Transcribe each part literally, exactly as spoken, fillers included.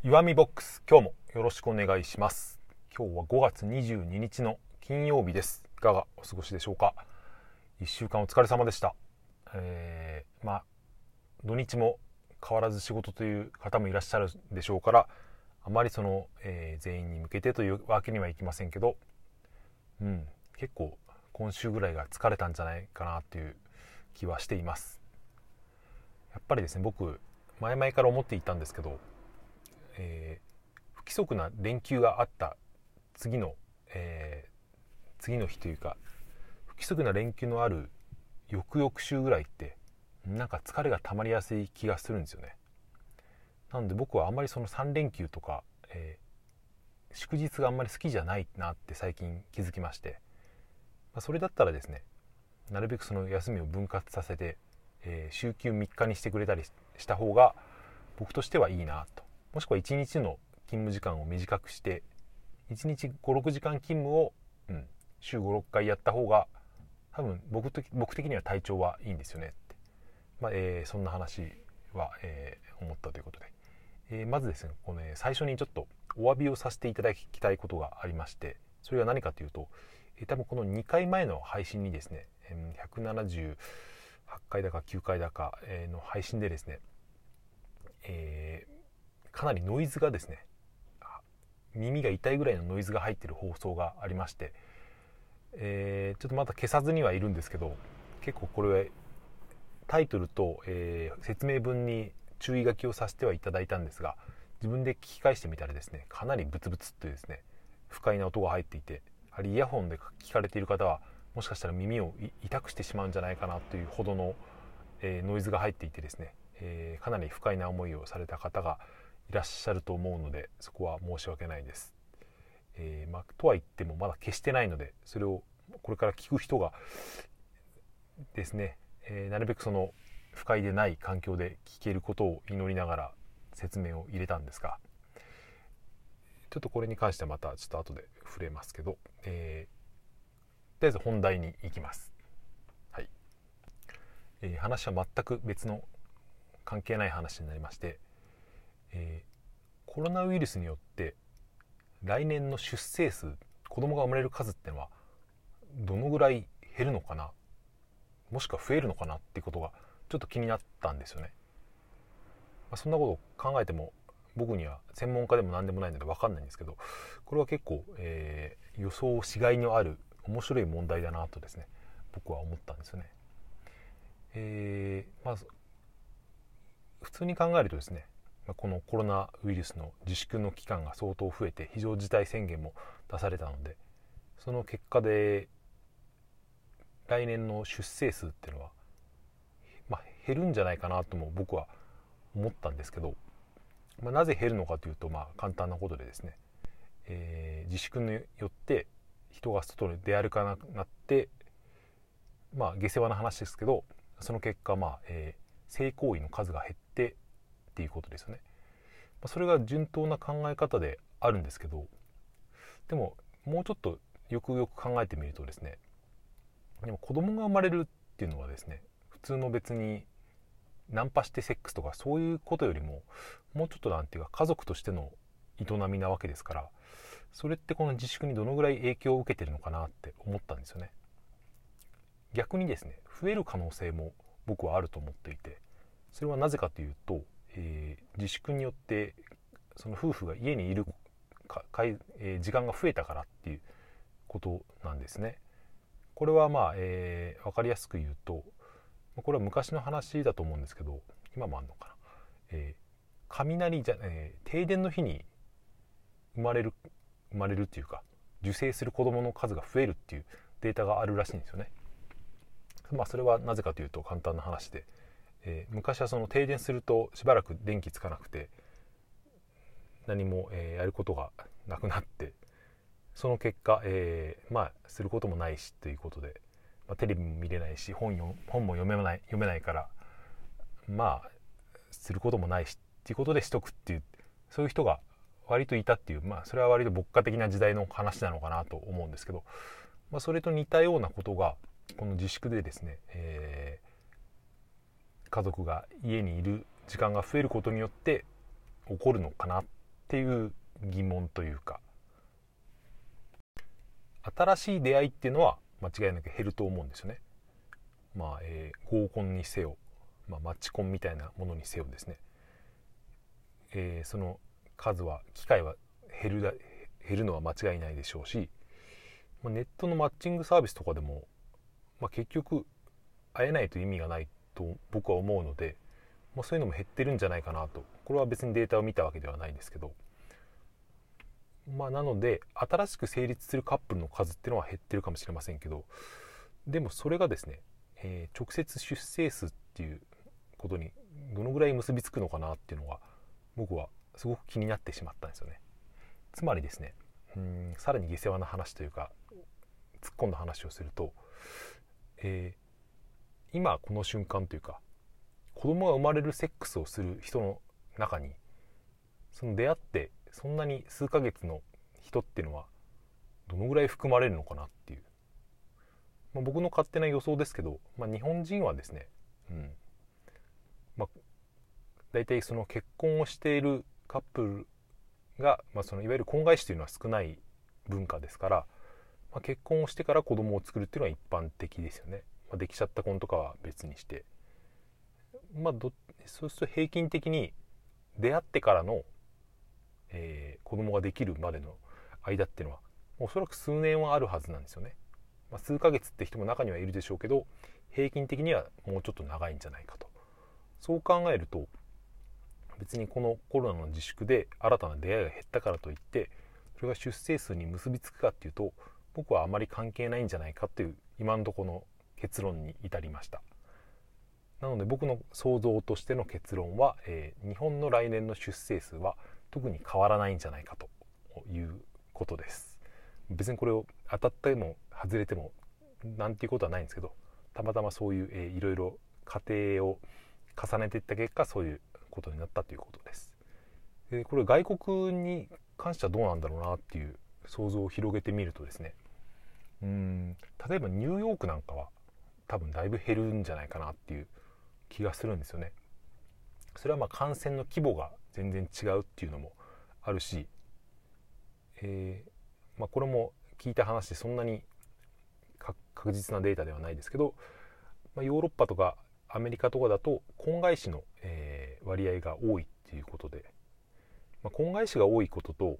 岩見ボックス、今日もよろしくお願いします。今日はごがつにじゅうににちの金曜日です。いかがお過ごしでしょうか。いっしゅうかんお疲れ様でした。えー、まあ土日も変わらず仕事という方もいらっしゃるでしょうから、あまりその、えー、全員に向けてというわけにはいきませんけど、うん、結構今週ぐらいが疲れたんじゃないかなという気はしています。やっぱりですね、僕前々から思っていたんですけど、えー、不規則な連休があった次の、えー、次の日というか、不規則な連休のある翌々週ぐらいってなんか疲れが溜まりやすい気がするんですよね。なので僕はあんまりそのさんれんきゅうとか、えー、祝日があんまり好きじゃないなって最近気づきまして、まあ、それだったらですね、なるべくその休みを分割させて、えー、週休みっかにしてくれたりした方が僕としてはいいなと。もしくはいちにちの勤務時間を短くしていちにちご、ろくじかん勤務を、うん、週ご、ろっかいやった方が多分 僕, と僕的には体調はいいんですよねって、まあえー、そんな話は、えー、思ったということで、えー、まずですね、このね最初にちょっとお詫びをさせていただきたいことがありまして、それが何かというと、えー、多分このにかいまえの配信にですね、ひゃくななじゅうはちかいだかきゅうかいだかの配信でですね、えーかなりノイズがですね、耳が痛いぐらいのノイズが入っている放送がありまして、えー、ちょっとまだ消さずにはいるんですけど、結構これタイトルと、えー、説明文に注意書きをさせてはいただいたんですが、自分で聞き返してみたらですね、かなりブツブツというですね、不快な音が入っていて、やはりイヤホンで聞かれている方はもしかしたら耳を痛くしてしまうんじゃないかなというほどの、えー、ノイズが入っていてですね、えー、かなり不快な思いをされた方がいらっしゃると思うので、そこは申し訳ないです。えーまあ、とは言ってもまだ消してないので、それをこれから聞く人がですね、えー、なるべくその不快でない環境で聞けることを祈りながら説明を入れたんですが、ちょっとこれに関してはまたちょっと後で触れますけど、えー、とりあえず本題に行きます。はい、えー、話は全く別の関係ない話になりまして、えー、コロナウイルスによって来年の出生数、子供が生まれる数っていうのはどのぐらい減るのかな、もしくは増えるのかなっていうことがちょっと気になったんですよね。まあ、そんなことを考えても僕には専門家でも何でもないので分かんないんですけど、これは結構、えー、予想しがいのある面白い問題だなとですね、僕は思ったんですよね。えー、まず普通に考えるとですね、このコロナウイルスの自粛の期間が相当増えて非常事態宣言も出されたので、その結果で来年の出生数っていうのは、まあ、減るんじゃないかなとも僕は思ったんですけど、まあ、なぜ減るのかというと、まあ簡単なことでですね、えー、自粛によって人が外に出歩かなくなって、まあ下世話な話ですけど、その結果、まあえー、性行為の数が減ってっていうことですよね。それが順当な考え方であるんですけど、でももうちょっとよくよく考えてみるとですね、でも子供が生まれるっていうのはですね、普通の別にナンパしてセックスとかそういうことよりももうちょっとなんていうか家族としての営みなわけですから、それってこの自粛にどのぐらい影響を受けてるのかなって思ったんですよね。逆にですね、増える可能性も僕はあると思っていて、それはなぜかというと、えー、自粛によってその夫婦が家にいるかかい、えー、時間が増えたからっていうことなんですね。これはまあ、えー、分かりやすく言うと、これは昔の話だと思うんですけど、今もあるのかな、えー、雷じゃ、えー、停電の日に生まれる生まれるっていうか受精する子どもの数が増えるっていうデータがあるらしいんですよね。まあそれはなぜかというと簡単な話で、えー、昔はその停電するとしばらく電気つかなくて何も、えー、やることがなくなって、その結果、えー、まあすることもないしということで、まあ、テレビも見れないし本よ本も読めない読めないから、まあすることもないしっていうことでしとくっていう、そういう人が割といたっていう、まあそれは割と牧歌的な時代の話なのかなと思うんですけど、まあ、それと似たようなことがこの自粛でですね、えー、家族が家にいる時間が増えることによって起こるのかなっっていう疑問というか、新しい出会いっていうのは間違いなく減ると思うんですよね。まあ、えー、合コンにせよ、まあ、マッチコンみたいなものにせよですね、えー、その数は機会は減るだ減るのは間違いないでしょうし、まあ、ネットのマッチングサービスとかでも、まあ、結局会えないと意味がないと僕は思うので、まあ、そういうのも減ってるんじゃないかなと。これは別にデータを見たわけではないんですけど、まあ、なので新しく成立するカップルの数っていうのは減ってるかもしれませんけど、でもそれがですね、えー、直接出生数っていうことにどのぐらい結びつくのかなっていうのが僕はすごく気になってしまったんですよね。つまりですね、うーんさらに下世話な話というか突っ込んだ話をすると、えー、今この瞬間というか子供が生まれるセックスをする人の中にその出会ってそんなに数ヶ月の人っていうのはどのぐらい含まれるのかなっていう、まあ、僕の勝手な予想ですけど、まあ、日本人はですね、うんまあ、大体その結婚をしているカップルが、まあ、そのいわゆる婚外子というのは少ない文化ですから、まあ、結婚をしてから子供を作るっていうのは一般的ですよね。まあ、できちゃった婚とかは別にして、まあ、どそうすると平均的に出会ってからの、えー、子供ができるまでの間っていうのはおそらく数年はあるはずなんですよね。まあ、数ヶ月って人も中にはいるでしょうけど、平均的にはもうちょっと長いんじゃないかと。そう考えると別にこのコロナの自粛で新たな出会いが減ったからといってそれが出生数に結びつくかっていうと僕はあまり関係ないんじゃないかっていう今のところの結論に至りました。なので僕の想像としての結論は、えー、日本の来年の出生数は特に変わらないんじゃないかということです。別にこれを当たっても外れてもなんていうことはないんですけど、たまたまそういう、えー、いろいろ過程を重ねていった結果そういうことになったということです。でこれ外国に関してはどうなんだろうなっていう想像を広げてみるとですね、うーん例えばニューヨークなんかは多分だいぶ減るんじゃないかなっていう気がするんですよね。それはまあ感染の規模が全然違うっていうのもあるし、えーまあ、これも聞いた話でそんなに確実なデータではないですけど、まあ、ヨーロッパとかアメリカとかだと婚外子の、えー、割合が多いっていうことで、まあ、婚外子が多いことと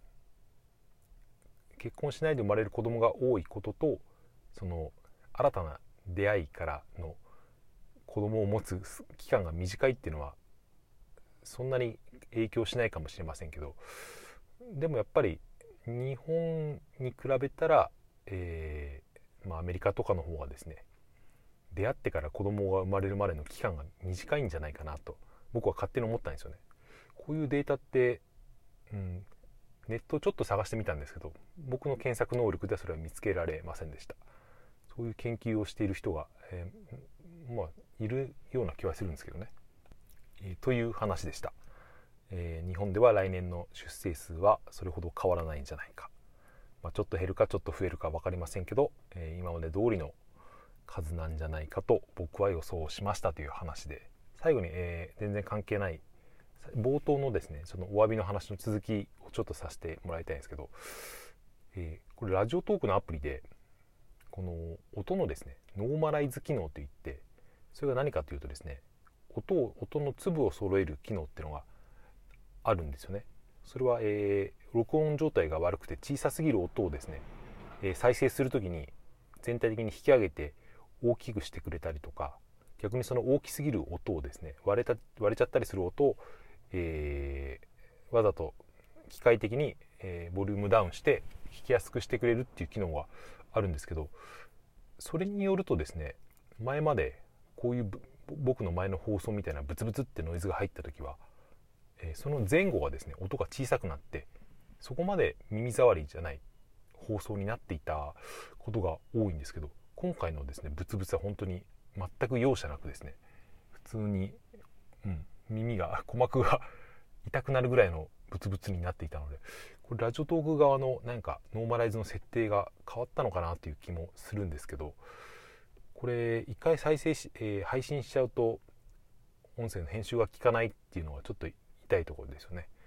結婚しないで生まれる子供が多いこととその新たな出会いからの子供を持つ期間が短いっていうのはそんなに影響しないかもしれませんけど、でもやっぱり日本に比べたら、えーまあ、アメリカとかの方がですね出会ってから子供が生まれるまでの期間が短いんじゃないかなと僕は勝手に思ったんですよね。こういうデータって、うん、ネットをちょっと探してみたんですけど僕の検索能力ではそれは見つけられませんでした。そういう研究をしている人が、えー、まあいるような気はするんですけどね、えー、という話でした。えー、日本では来年の出生数はそれほど変わらないんじゃないか、まあ、ちょっと減るかちょっと増えるか分かりませんけど、えー、今まで通りの数なんじゃないかと僕は予想しましたという話で、最後に、えー、全然関係ない冒頭のですねそのお詫びの話の続きをちょっとさせてもらいたいんですけど、えー、これラジオトークのアプリでこの音のですねノーマライズ機能といって、それが何かというとですね音を音の粒を揃える機能っていうのがあるんですよね。それは、えー、録音状態が悪くて小さすぎる音をですね、えー、再生するときに全体的に引き上げて大きくしてくれたりとか、逆にその大きすぎる音をですね割れた割れちゃったりする音を、えー、わざと機械的に、えー、ボリュームダウンして弾きやすくしてくれるっていう機能があるんですけど、それによるとですね前までこういう僕の前の放送みたいなブツブツってノイズが入った時は、えー、その前後がですね音が小さくなってそこまで耳障りじゃない放送になっていたことが多いんですけど、今回のですねブツブツは本当に全く容赦なくですね普通に、うん、耳が鼓膜が痛くなるぐらいのブツブツになっていたので、これラジオトーク側のなんかノーマライズの設定が変わったのかなという気もするんですけど、これ一回再生し、えー、配信しちゃうと音声の編集が効かないっていうのはちょっと痛いところですよね。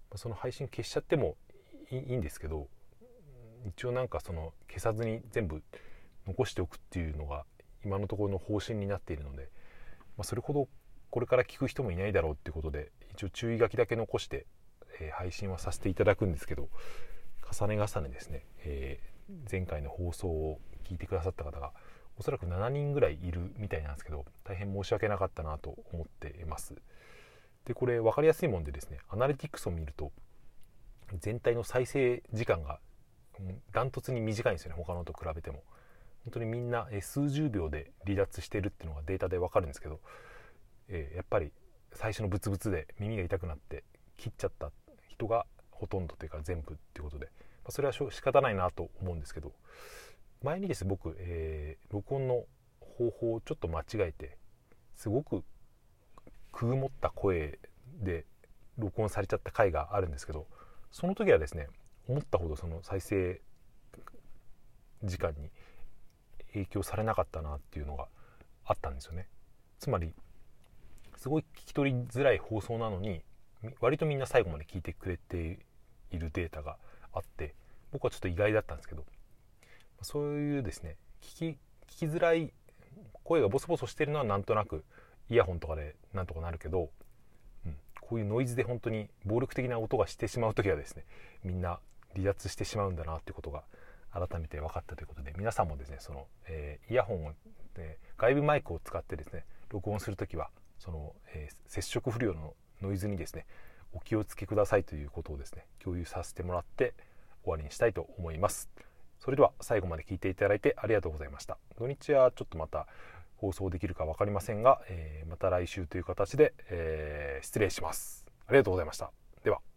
その配信消しちゃってもいいんですけど、一応なんかその消さずに全部残しておくっていうのが今のところの方針になっているので、まあ、それほどこれから聞く人もいないだろうっていうことで一応注意書きだけ残して、えー、配信はさせていただくんですけど、重ね重ねですね、えー、前回の放送を聞いてくださった方がおそらくしちにんぐらいいるみたいなんですけど、大変申し訳なかったなと思っています。でこれ分かりやすいもんでですね、アナリティクスを見ると全体の再生時間がダントツに短いんですよね。他のと比べても本当にみんな数十秒で離脱してるっていうのがデータで分かるんですけど、えー、やっぱり最初のブツブツで耳が痛くなって切っちゃった人がほとんどというか全部っていうことで、まあ、それは仕方ないなと思うんですけど、前にですね僕、えー、録音の方法をちょっと間違えてすごくくぐもった声で録音されちゃった回があるんですけど、その時はですね思ったほどその再生時間に影響されなかったなっていうのがあったんですよね。つまりすごい聞き取りづらい放送なのに割とみんな最後まで聞いてくれているデータがあって、僕はちょっと意外だったんですけど、そういうですね聞き、聞きづらい声がボソボソしてるのはなんとなくイヤホンとかでなんとかなるけど、うん、こういうノイズで本当に暴力的な音がしてしまうときはですね、みんな離脱してしまうんだなっていうことが改めて分かったということで、皆さんもですねその、えー、イヤホンを、えー、外部マイクを使ってですね録音するときはその、えー、接触不良のノイズにですねお気をつけくださいということをですね共有させてもらって終わりにしたいと思います。それでは最後まで聞いていただいてありがとうございました。土日はちょっとまた放送できるか分かりませんが、えー、また来週という形で、えー、失礼します。ありがとうございました。では。